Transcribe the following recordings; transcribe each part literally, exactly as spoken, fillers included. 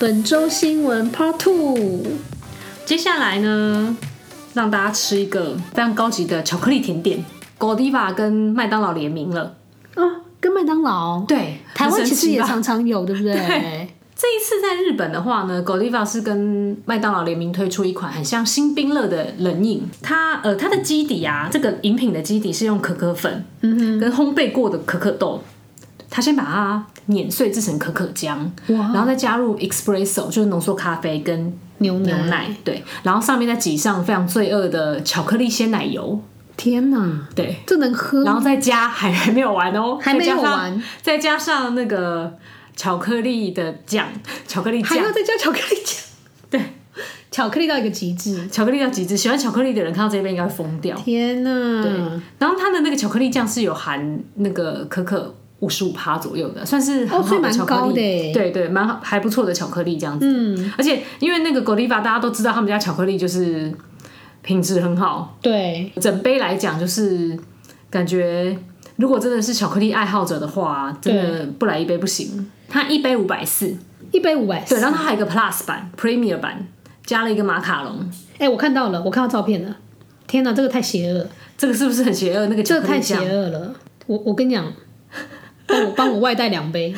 本周新闻 Part Two， 接下来呢，让大家吃一个非常高级的巧克力甜点 ，Godiva 跟麦当劳联名了啊，跟麦当劳对， 台湾其实也常常有，对不对？ 对。这一次在日本的话呢 ，Godiva 是跟麦当劳联名推出一款很像星冰乐的冷饮。它呃，它的基底啊，这个饮品的基底是用可可粉，嗯哼，跟烘焙过的可可豆。它先把它碾碎制成可可浆，然后再加入 espresso 就是浓缩咖啡跟牛奶， 牛奶对，然后上面再挤上非常罪恶的巧克力鲜奶油。 天哪， 对， 这能喝吗？ 然后再加还还没有完哦， 还没有完， 再加上那个巧克力的酱，巧克力酱还要再加巧克力酱， 对， 巧克力到一个极致， 巧克力到极致。喜欢巧克力的人看到这边应该会疯掉。 天哪！ 对，然后它的那个巧克力酱是有含那个可可。五十五趴左右的，算是很好的巧克力， 哦、的对对，蛮好，还不错的巧克力这样子。嗯，而且因为那个 Godiva 大家都知道，他们家巧克力就是品质很好， 对， 整杯来讲就是感觉，如果真的是巧克力爱好者的话，真的不来一杯不行。它一杯五百四， 一杯五百四， 对，然后它还有一个 Plus 版、Premier 版，加了一个马卡龙。 哎、欸，我看到了，我看到照片了。天哪，这个太邪恶， 这个是不是很邪恶？那个巧克力这个太邪恶了。我我跟你讲。帮我帮我外带两杯，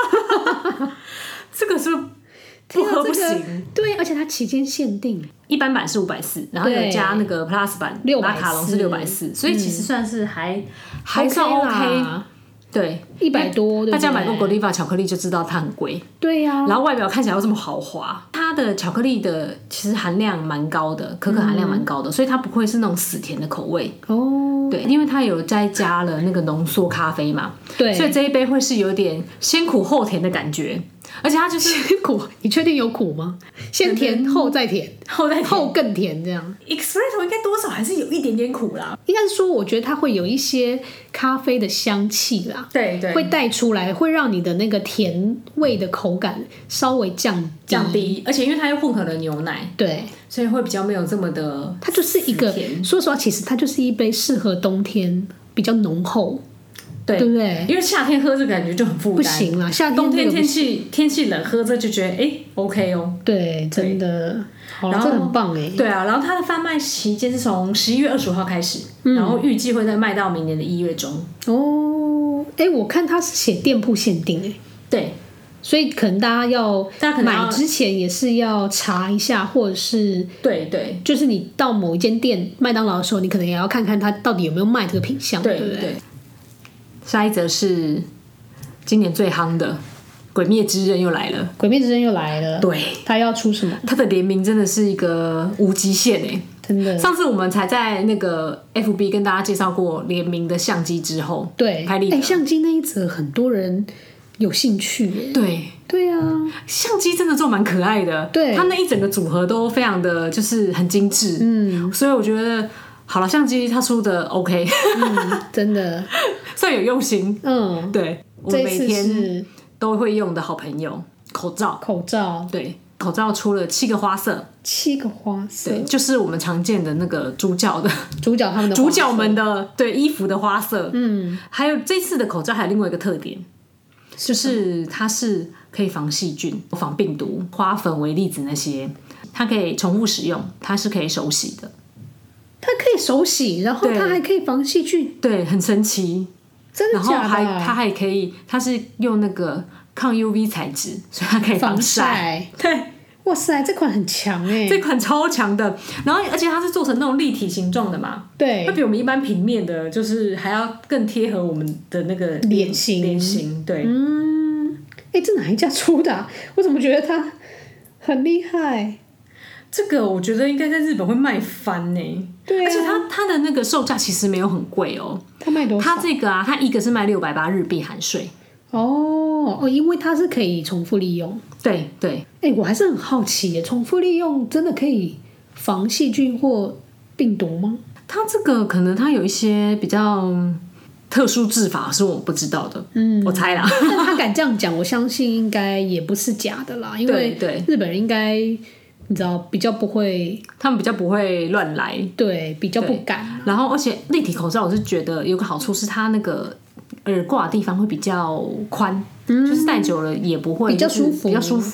这个是不喝不行、這個。 对，而且它期间限定， 一般版是五百四，然后有加那个 Plus 版，马卡龙是六百四，所以其实算是还、嗯、还算 OK。对， 一百多， 大家买过 Godiva 巧克力就知道它很贵。 对呀、啊， 然后外表看起来又这么豪华，它的巧克力的其实含量蛮高的，可可含量蛮高的、嗯，所以它不会是那种死甜的口味哦。对，因为它有再加了那个浓缩咖啡嘛，对，所以这一杯会是有点先苦后甜的感觉，而且它就是先苦，你确定有苦吗？先甜后再甜， 后再甜后更甜这样。 Espresso 应该多少还是有一点点苦啦， 应该是说，我觉得它会有一些咖啡的香气啦， 对对， 会带出来，会让你的那个甜味的口感稍微降低降低，而且因为它又混合了牛奶， 对。 所以会比较没有这么的， 它就是一个，说实话，其实它就是一杯适合冬天比较浓厚，对对不对？ 因为夏天喝这感觉就很负担， 不行啦。夏天冬天天气天气冷，喝这就觉得哎、欸、OK 哦。 对，真的，好，这很棒哎。 对啊，然后它的贩卖期间是从十一月二十五号开始、嗯，然后预计会再卖到明年的一月中。 哦，哎，我看它是写店铺限定哎， 对。 所以可能大家要买之前也是要查一下，或者是对对， 就是你到某一间店麦当劳的时候，你可能也要看看它到底有没有卖这个品项，对不对？ 下一则是今年最夯的《鬼灭之刃》又来了，《 鬼灭之刃》又来了， 对， 它要出什么？ 它的联名真的是一个无极限哎， 真的。 上次我们才在那个 F B 跟大家介绍过联名的相机之后， 对， 拍立得， 哎，相机那一则很多人有兴趣耶， 对对啊， 相机真的做蛮可爱的，对，它那一整个组合都非常的就是很精致，嗯，所以我觉得好了，相机它出的 OK， 嗯，真的算有用心，嗯，对，我每天都会用的好朋友，口罩， 口罩， 对，口罩出了七个花色， 七个花色， 对，就是我们常见的那个主角的主角他们的主角们的对衣服的花色，嗯，还有这次的口罩还有另外一个特点。就是它是可以防细菌、防病毒、花粉、微粒子那些，它可以重复使用，它是可以手洗的。 它可以手洗，然后它还可以防细菌， 对，很神奇。 真的假的？ 然后还它还可以，它是用那个抗 U V 材质，所以它可以防晒。对， 哇塞，这款很强哎， 这款超强的。然后而且它是做成那种立体形状的嘛， 对， 会比我们一般平面的，就是还要更贴合我们的那个脸型。 脸型，对， 嗯，哎，这哪一家出的、啊？我怎么觉得它很厉害？ 这个我觉得应该在日本会卖翻呢。对、啊，而且它它的那个售价其实没有很贵哦。 它卖多少？ 它这个啊，它一个是卖六百八日币含税。 哦哦，因为它是可以重复利用。 对对， 哎、欸，我还是很好奇耶，重复利用真的可以防细菌或病毒吗？ 它这个可能它有一些比较特殊制法是我不知道的，嗯，我猜啦。 但他敢这样讲，我相信应该也不是假的啦，因为日本人应该你知道比较不会， 他们比较不会乱来， 对，比较不敢。 然后而且立体口罩我是觉得有个好处是它那个耳挂的地方会比较宽，嗯，就是戴久了也不会、就是、 比较舒服， 比较舒服。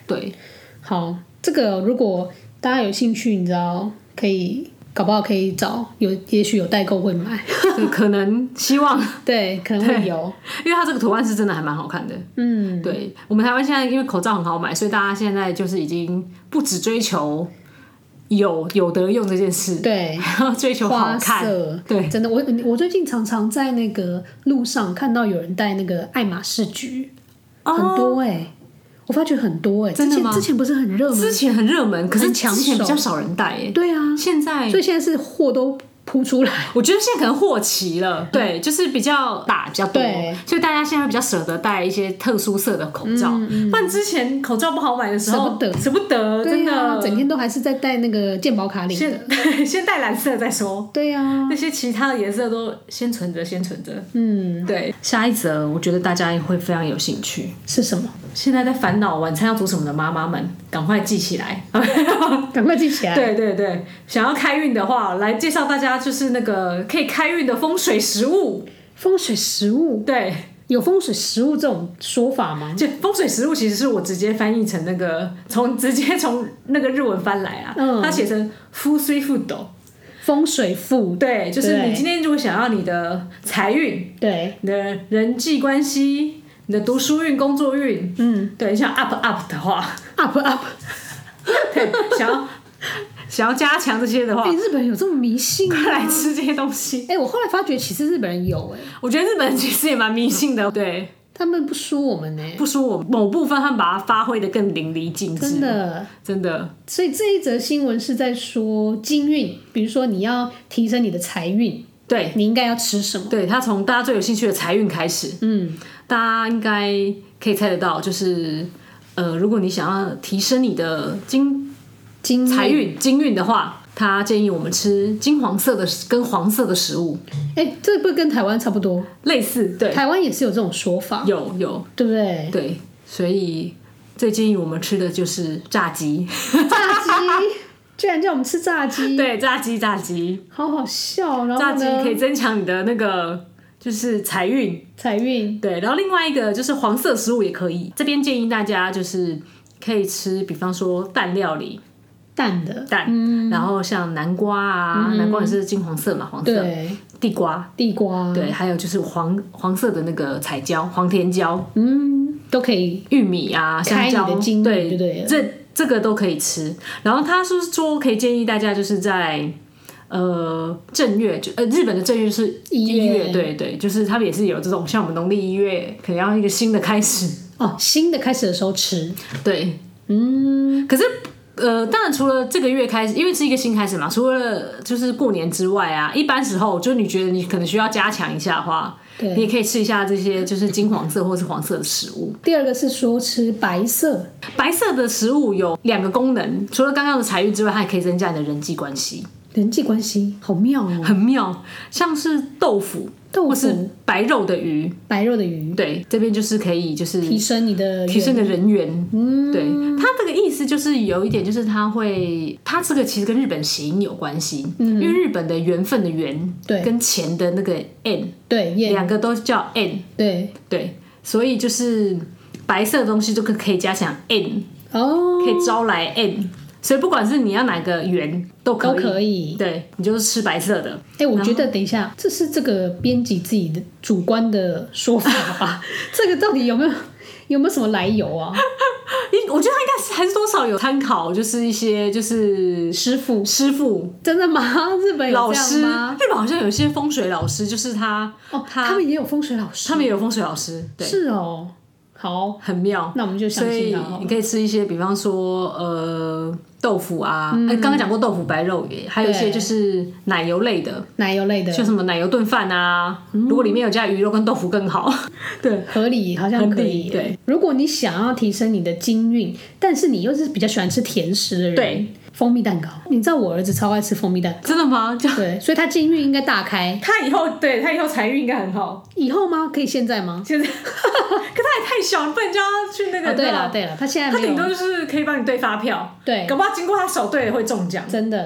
对， 好，这个如果大家有兴趣，你知道可以。搞不好可以找有，也许有代购会买， 可能希望对，可能会有， 因为它这个图案是真的还蛮好看的。嗯，对，我们台湾现在因为口罩很好买，所以大家现在就是已经不只追求有有得用这件事， 对， 还要追求好看。 花色， 对， 真的，我我最近常常在那个路上看到有人戴那个爱马仕橘，哦、很多哎、欸。我发觉很多哎、欸， 真的吗？ 之前不是很热门， 之前很热门，可是之前比较少人戴哎、欸。 对啊， 现在所以现在是货都铺出来， 我觉得现在可能货齐了，对，就是比较大比较多，所以大家现在比较舍得戴一些特殊色的口罩。嗯嗯、不然之前口罩不好买的时候， 舍不得， 舍不得，真的、 啊，整天都还是在戴那个健保卡领的。 先先戴蓝色再说。 对啊， 那些其他的颜色都先存着，先存着。嗯，对。下一则，我觉得大家会非常有兴趣， 是什么？ 现在在烦恼晚餐要煮什么的妈妈们，赶快记起来， 赶快记起来。 对对对，想要开运的话，来介绍大家就是那个可以开运的风水食物。 风水食物， 对， 有风水食物这种说法吗？ 就风水食物其实是我直接翻译成那个从直接从那个日文翻来啊，嗯、它写成風水フード。 风水富， 对，就是你今天如果想要你的财运， 对， 你的人际关系。你的读书运、工作运，嗯，对，像 up up 的话 ，up up， 对，想要想要加强这些的话， 哎、欸，日本人有这么迷信吗？ 快来吃这些东西。 哎、欸，我后来发觉其实日本人有哎、欸， 我觉得日本人其实也蛮迷信的，对， 他们不输我们呢、欸， 不输我们某部分，他们把它发挥的更淋漓尽致， 真的， 真的。 所以这一则新闻是在说金运，比如说你要提升你的财运。 对， 你应该要吃什么？ 对，他从大家最有兴趣的财运开始，嗯，大家应该可以猜得到，就是呃，如果你想要提升你的金金财运金运的话，他建议我们吃金黄色的跟黄色的食物。 哎、欸，这不跟台湾差不多？ 类似，对， 台湾也是有这种说法， 有有， 对不对？ 对，所以最建议我们吃的就是炸鸡， 炸鸡。居然叫我们吃炸鸡， 对，炸鸡炸鸡， 好好笑。然后炸鸡可以增强你的那个就是财运， 财运。 对，然后另外一个就是黄色食物也可以。这边建议大家就是可以吃，比方说蛋料理， 蛋的蛋，嗯、然后像南瓜啊，嗯、南瓜也是金黄色嘛，黄色。 对， 地瓜， 地瓜， 对，还有就是黄黄色的那个彩椒，黄甜椒， 嗯，都可以。 玉米啊，香蕉， 开你的金运，对对对， 这。这个都可以吃，然后他是说可以建议大家就是在呃正月，就呃日本的正月是一月，对对，就是他们也是有这种像我们农历一月可能要一个新的开始哦，新的开始的时候吃， 对，嗯，可是呃当然除了这个月开始，因为是一个新开始嘛，除了就是过年之外啊，一般时候就你觉得你可能需要加强一下的话。你也可以吃一下这些就是金黄色或是黄色的食物。 第二个是说吃白色， 白色的食物有两个功能，除了刚刚的财运之外，它也可以增加你的人际关系。 人际关系好妙哦， 很妙，像是豆腐。 豆腐或是白肉的鱼， 白肉的鱼， 对，这边就是可以就是提升你的提升你的人缘。嗯，对，它这个意思就是有一点，就是它会，它这个其实跟日本谐音有关系，嗯，因为日本的缘分的缘，对，跟钱的那个 n， 对， 两个都叫 n， 对对，所以就是白色的东西就可以加强 n， 哦， 可以招来 n。所以不管是你要哪个圆都可以， 都可以。 对，你就是吃白色的。 哎、欸，我觉得等一下，这是这个编辑自己的主观的说法吧？这个到底有没有有没有什么来由啊？ 我觉得他应该是还是多少有参考，就是一些就是师傅师傅。 真的吗？日本有这样吗？ 日本好像有一些风水老师，就是他哦，他们也有风水老师， 他们也有风水老师，对， 是哦。好， 很妙， 那我们就相信他。 所以你可以吃一些，比方说呃豆腐啊，哎、嗯，刚刚讲过豆腐白肉也，还有一些就是奶油类的， 奶油类的， 就什么奶油炖饭啊、嗯，如果里面有加鱼肉跟豆腐更好。对， 合理，好像可以。对，如果你想要提升你的金运，但是你又是比较喜欢吃甜食的人， 对。 蜂蜜蛋糕，你知道我儿子超爱吃蜂蜜蛋糕， 真的吗？ 对，所以他金运应该大开。 他以后对他以后财运应该很好。 以后吗？可以现在吗？ 现在，可他也太小，你不能叫他去那个。 哦、对了对了，他现在他顶多就是可以帮你对发票， 对， 搞不好经过他手对会中奖。 真的，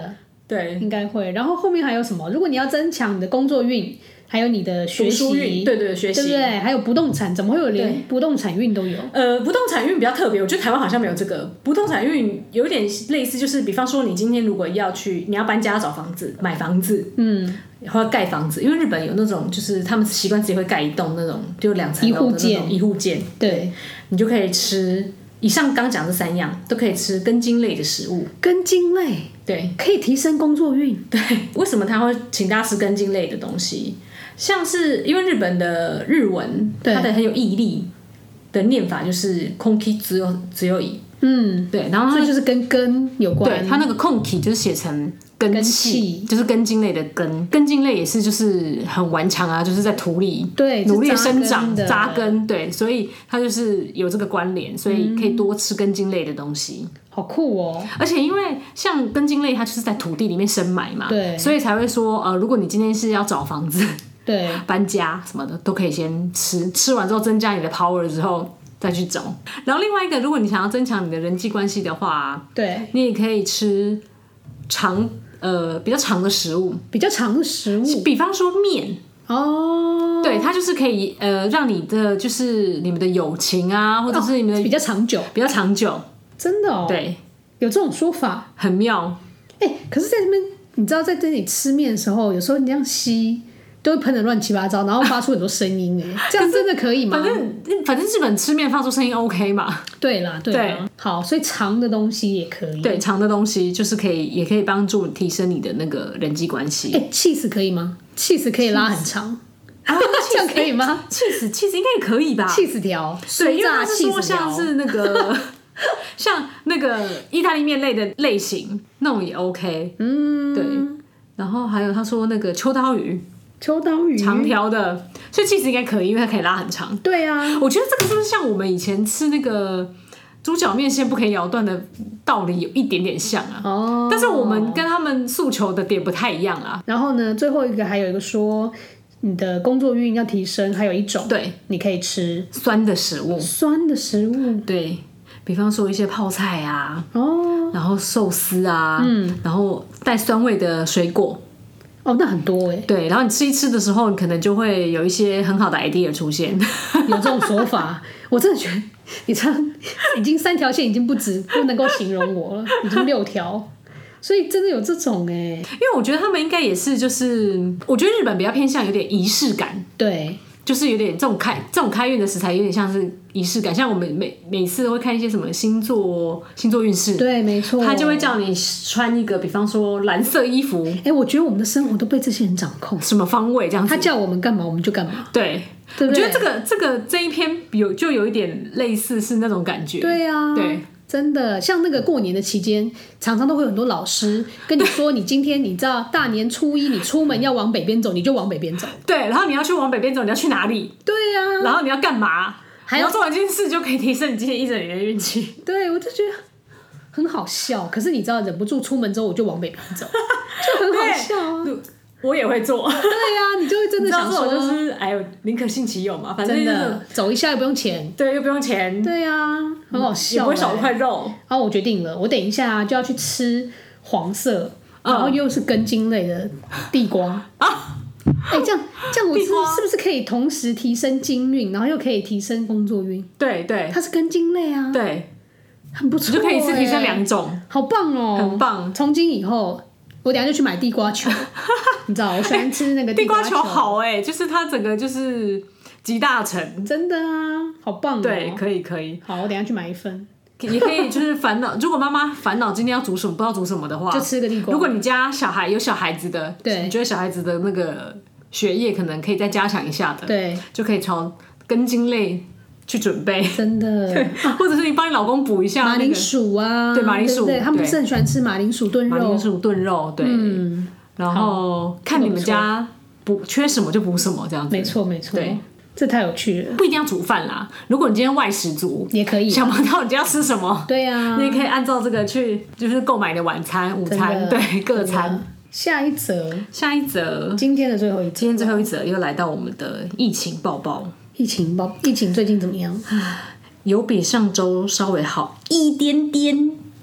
对， 应该会。然后后面还有什么？如果你要增强你的工作运，还有你的学习， 对对学习， 对不对？还有不动产，怎么会有连不动产运都有？ 呃，不动产运比较特别，我觉得台湾好像没有这个。不动产运有点类似，就是比方说你今天如果要去，你要搬家找房子、买房子，嗯，或者盖房子，因为日本有那种就是他们习惯自己会盖一栋那种就两层楼的那种一户建， 对， 你就可以吃。以上刚讲这三样都可以吃根茎类的食物， 根茎类对， 可以提升工作运。 对，为什么他会请大家吃根茎类的东西？像是因为日本的日文，它的很有毅力的念法就是空気只有只有一，嗯，对，然后它就是跟根有关， 对，它那个空気就是写成根气，就是根茎类的根，根茎类也是就是很顽强啊，就是在土里对努力生长扎根，对，所以它就是有这个关联，所以可以多吃根茎类的东西。 好酷哦！ 而且因为像根茎类，它就是在土地里面深埋嘛， 对， 所以才会说，呃，如果你今天是要找房子。 对， 搬家什么的都可以先吃，吃完之后增加你的 power 之后再去找。然后另外一个，如果你想要增强你的人际关系的话， 对， 你也可以吃长呃比较长的食物， 比较长的食物， 比方说面哦， 对，它就是可以呃让你的就是你们的友情啊，或者是你们的、 哦、比较长久， 比较长久， 真的哦， 对， 有这种说法， 很妙。 哎、欸，可是在这边，你知道在这里吃面的时候，有时候你这样吸。都会喷得乱七八糟，然后发出很多声音哎，这样真的可以吗？ 反正反正日本吃面发出声音 OK 嘛。 对啦，对啦，对，好，所以长的东西也可以。 对，长的东西就是可以，也可以帮助提升你的那个人际关系。 哎、欸、，cheese 可以吗 ？cheese 可以拉很长啊，这样可以吗 ？cheese cheese 应该也可以吧 ？cheese 条， 对，因为它是说像是那个像那个意大利面类的类型，那种也 OK。嗯，对。然后还有他说那个秋刀鱼。 秋刀鱼长条的，所以其实应该可以，因为它可以拉很长。 对啊， 我觉得这个是不是像我们以前吃那个猪脚面线不可以咬断的道理有一点点像啊？哦，但是我们跟他们诉求的点不太一样啊。 然后呢，最后一个还有一个说，你的工作运要提升，还有一种， 对， 你可以吃酸的食物， 酸的食物， 对，比方说一些泡菜啊，哦，然后寿司啊，嗯，然后带酸味的水果。 哦，那很多哎、欸。 对，然后你吃一吃的时候，你可能就会有一些很好的 idea 出现。 有这种说法，我真的觉得你这样已经三条线已经不止不能够形容我了，已经六条，所以真的有这种哎、欸。 因为我觉得他们应该也是，就是我觉得日本比较偏向有点仪式感， 对， 就是有点这种开这种开运的食材，有点像是仪式感。像我们每每次都会看一些什么星座星座运势， 对，没错， 他就会叫你穿一个，比方说蓝色衣服。 哎、欸，我觉得我们的生活都被这些人掌控， 什么方位这样子， 他叫我们干嘛我们就干嘛。 对，对不对？我觉得这个这个这一篇有就有一点类似是那种感觉。 对啊， 对。 真的，像那个过年的期间，常常都会有很多老师跟你说，你今天你知道大年初一你出门要往北边走，你就往北边走。 对，然后你要去往北边走，你要去哪里？ 对啊， 然后你要干嘛？ 还要做完这件事就可以提升你今天一整年的运气。 对，我就觉得很好笑。可是你知道，忍不住出门之后我就往北边走，就很好笑啊。 我也会做。对啊，你就会真的想说， 就是哎呦，宁可信其有嘛，反正、就是、 真的走一下又不用钱， 对，又不用钱， 对啊，很好笑、欸， 也不会少一块肉。 然后我决定了，我等一下就要去吃黄色，然后又是根茎类的地瓜啊。哎、欸，这样这样我是是不是可以同时提升金运，然后又可以提升工作运？ 对对， 它是根茎类啊， 对， 很不错、欸， 你就可以一次提升两种， 好棒哦、喔， 很棒。 从今以后。我等一下就去买地瓜球，你知道我喜欢吃那个地瓜球。地瓜球好哎、欸，就是它整个就是集大成， 真的啊，好棒哦、喔！ 对，可以可以。 好，我等一下去买一份。 也可以就是烦恼，如果妈妈烦恼今天要煮什么，不知道煮什么的话， 就吃个地瓜。 如果你家小孩有小孩子的， 对， 你觉得小孩子的那个学业可能可以再加强一下的， 对， 就可以朝根茎类。去准备， 真的， 对，或者是你帮你老公补一下、那個、 马铃薯啊， 对，马铃薯， 对，他们不是很喜欢吃马铃薯炖肉， 马铃薯炖肉，对，嗯，然后看你们家补缺什么就补什么，这样子， 没错没错，对，这太有趣了。 不一定要煮饭啦，如果你今天外食族也可以， 想不到你今天要吃什么， 对啊， 你也可以按照这个去，就是购买你的晚餐、午餐，对，各餐。 下一则， 下一则， 今天的最后一则， 今天最后一则又来到我们的疫情报报。 疫情报，疫情最近怎么样？ 有比上周稍微好一点点，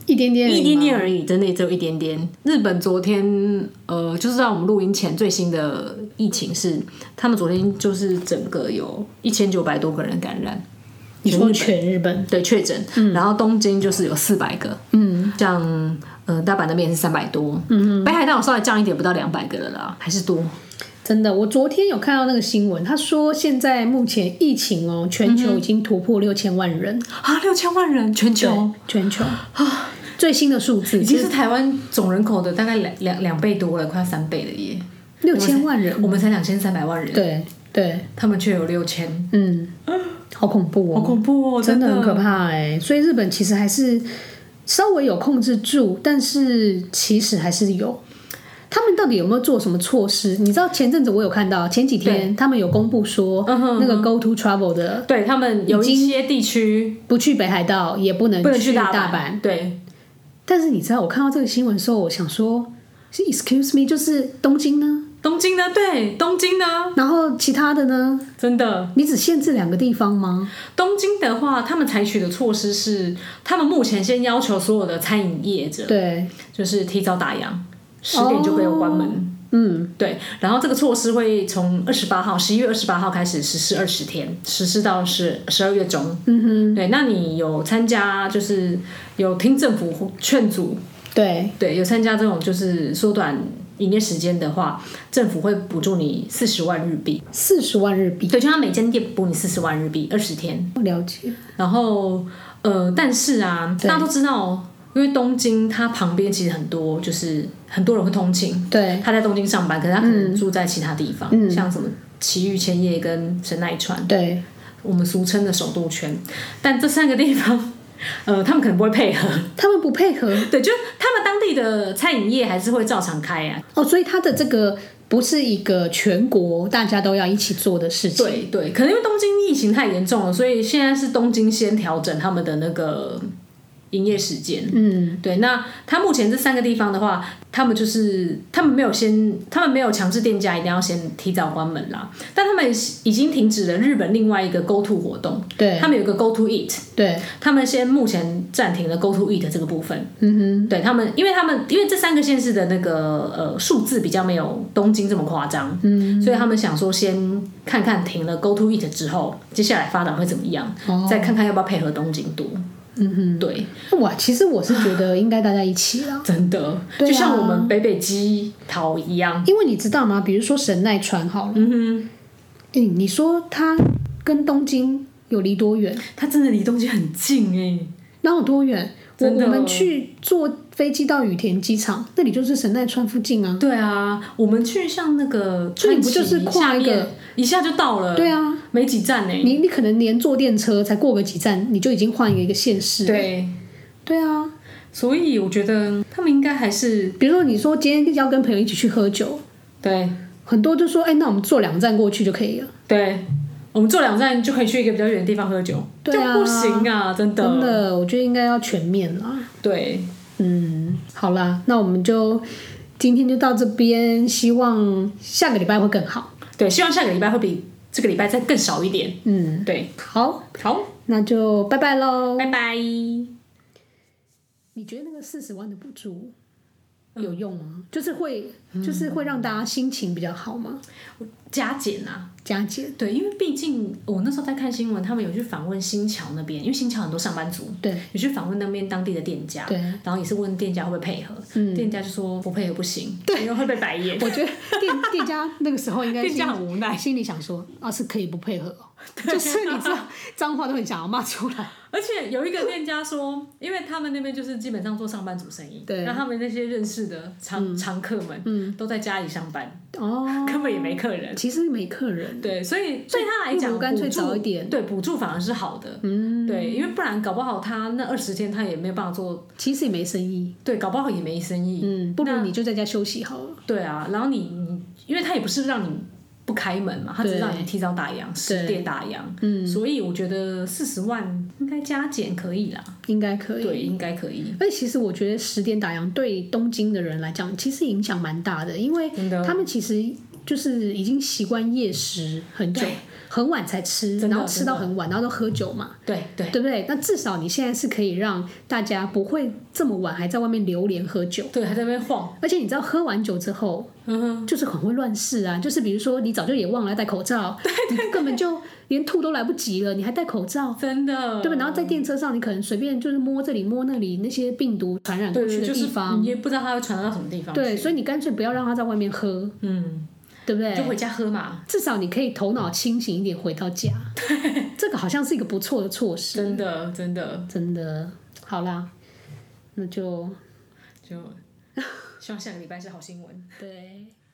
一点点而已， 一点点而已，真的也只有一点点。日本昨天，呃，就是在我们录音前最新的疫情是，他们昨天就是整个有一千九百多个人感染。 你说全日本？ 对，确诊、嗯。然后东京就是有四百个，嗯，像呃大阪那边是三百多，嗯，北海道稍微降一点，不到两百个了啦，还是多。 真的，我昨天有看到那个新闻，他说现在目前疫情哦，全球已经突破六千万人、 嗯、啊，六千万人，全球， 全球啊，最新的数字已经是台湾总人口的大概两两两倍多了，快要三倍了耶， 六千万人， 我们才两千三百万人， 对对， 他们却有六千， 嗯，好恐怖哦， 好恐怖哦， 真的很可怕哎，所以日本其实还是稍微有控制住，但是其实还是有。他们到底有没有做什么措施？你知道前阵子我有看到，前几天他们有公布说，那个 Go to Travel 的， 对他们有一些地区不去北海道，也不能去大阪。 大阪对， 但是你知道，我看到这个新闻的时候，我想说，是 Excuse me， 就是东京呢？ 东京呢？对，东京呢？ 然后其他的呢？ 真的， 你只限制两个地方吗？ 东京的话，他们采取的措施是，他们目前先要求所有的餐饮业者， 对， 就是提早打烊。十点就被我关门、哦， 嗯， 对，然后这个措施会从二十八号，十一月二十八号开始实施二十天，实施到是十二月中，嗯哼，对，那你有参加，就是有听政府劝阻， 对对，有参加这种就是缩短营业时间的话，政府会补助你四十万日币， 四十万日币， 对，就像每间店补你四十万日币，二十天， 我了解。 然后呃，但是啊，大家都知道。因为东京它旁边其实很多，就是很多人会通勤。对，他在东京上班，可是他可能住在其他地方，嗯、像什么埼玉千叶跟神奈川，对，我们俗称的首都圈。但这三个地方，呃，他们可能不会配合， 他们不配合， 对，就他们当地的餐饮业还是会照常开啊。 哦，所以他的这个不是一个全国大家都要一起做的事情。 对对，可能因为东京疫情太严重了，所以现在是东京先调整他们的那个。营业时间，嗯，对，那他目前这三个地方的话，他们就是他们没有先，他们没有强制店家一定要先提早关门啦，但他们已经停止了日本另外一个 Go To 活动，对，他们有一个 Go To Eat， 对，他们先目前暂停了 Go To Eat 这个部分，嗯哼，对他们，因为他们因为这三个县市的那个呃数字比较没有东京这么夸张，嗯，所以他们想说先看看停了 Go To Eat 之后，接下来发展会怎么样，哦、再看看要不要配合东京都。嗯哼，对， 哇，其实我是觉得应该大家一起啦， 真的，啊、就像我们北北基桃一样。 因为你知道吗？比如说神奈川好了，嗯哼，欸、你说它跟东京有离多远？ 它真的离东京很近哎、欸， 哪有多远？我我们去坐飞机到羽田机场，那里就是神奈川附近啊。 对啊，我们去像那个川崎，不就是跨一个一下就到了？ 对啊， 没几站呢、欸。 你你可能连坐电车才过个几站，你就已经换一个一个县市。 对， 对啊， 所以我觉得他们应该还是， 比如说你说今天要跟朋友一起去喝酒， 对， 很多就说，哎、欸，那我们坐两站过去就可以了。 对。我们坐两站就可以去一个比较远的地方喝酒，对啊，就不行啊，真的， 真的，我觉得应该要全面啦。 对， 嗯，好啦，那我们就今天就到这边，希望下个礼拜会更好。 对，希望下个礼拜会比这个礼拜再更少一点。嗯，对， 好， 好， 那就拜拜喽， 拜拜。你觉得那个四十万的补助有用吗？就是会，就是会让大家心情比较好吗？ 加减啊。 加减， 对，因为毕竟我那时候在看新闻，他们有去访问新桥那边，因为新桥很多上班族，对，有去访问那边当地的店家，对，然后也是问店家会不会配合，嗯，店家就说不配合不行，对，因为会被白眼。 我觉得店店家那个时候应该店家很无奈， 心里想说啊是可以不配合哦，就是你知道脏话都很想要骂出来。 而且有一个店家说，因为他们那边就是基本上做上班族生意，对，那他们那些认识的常、嗯、常客们，嗯，都在家里上班，哦，根本也没客人， 其实没客人， 对，所以对他来讲， 干脆早一点， 对，补助反而是好的，嗯，对，因为不然搞不好他那二十天他也没有办法做， 其实也没生意， 对，搞不好也没生意， 嗯，不如你就在家休息好了， 对啊，然后你你，因为他也不是让你。不开门嘛，他只让你提早打烊，十点打烊，嗯，所以我觉得四十万应该加减可以啦， 应该可以， 对，应该可以。 而且其实我觉得十点打烊对东京的人来讲，其实影响蛮大的，因为他们其实就是已经习惯夜食很久，很晚才吃，然后吃到很晚，然后都喝酒嘛， 对对， 对不对？那至少你现在是可以让大家不会这么晚还在外面流连喝酒， 对，还在那边晃。 而且你知道喝完酒之后，嗯，就是很会乱事啊，就是比如说你早就也忘了要戴口罩，你根本就连吐都来不及了，你还戴口罩， 真的， 对吧？然后在电车上，你可能随便就是摸这里摸那里，那些病毒传染过去的地方， 就是、你也不知道它会传到什么地方去。 对，所以你干脆不要让他在外面喝，嗯。对不对？ 就回家喝嘛， 至少你可以头脑清醒一点回到家。对，这个好像是一个不错的措施。 真的，真的， 真的。好啦，那就就希望下个礼拜是好新闻。 对。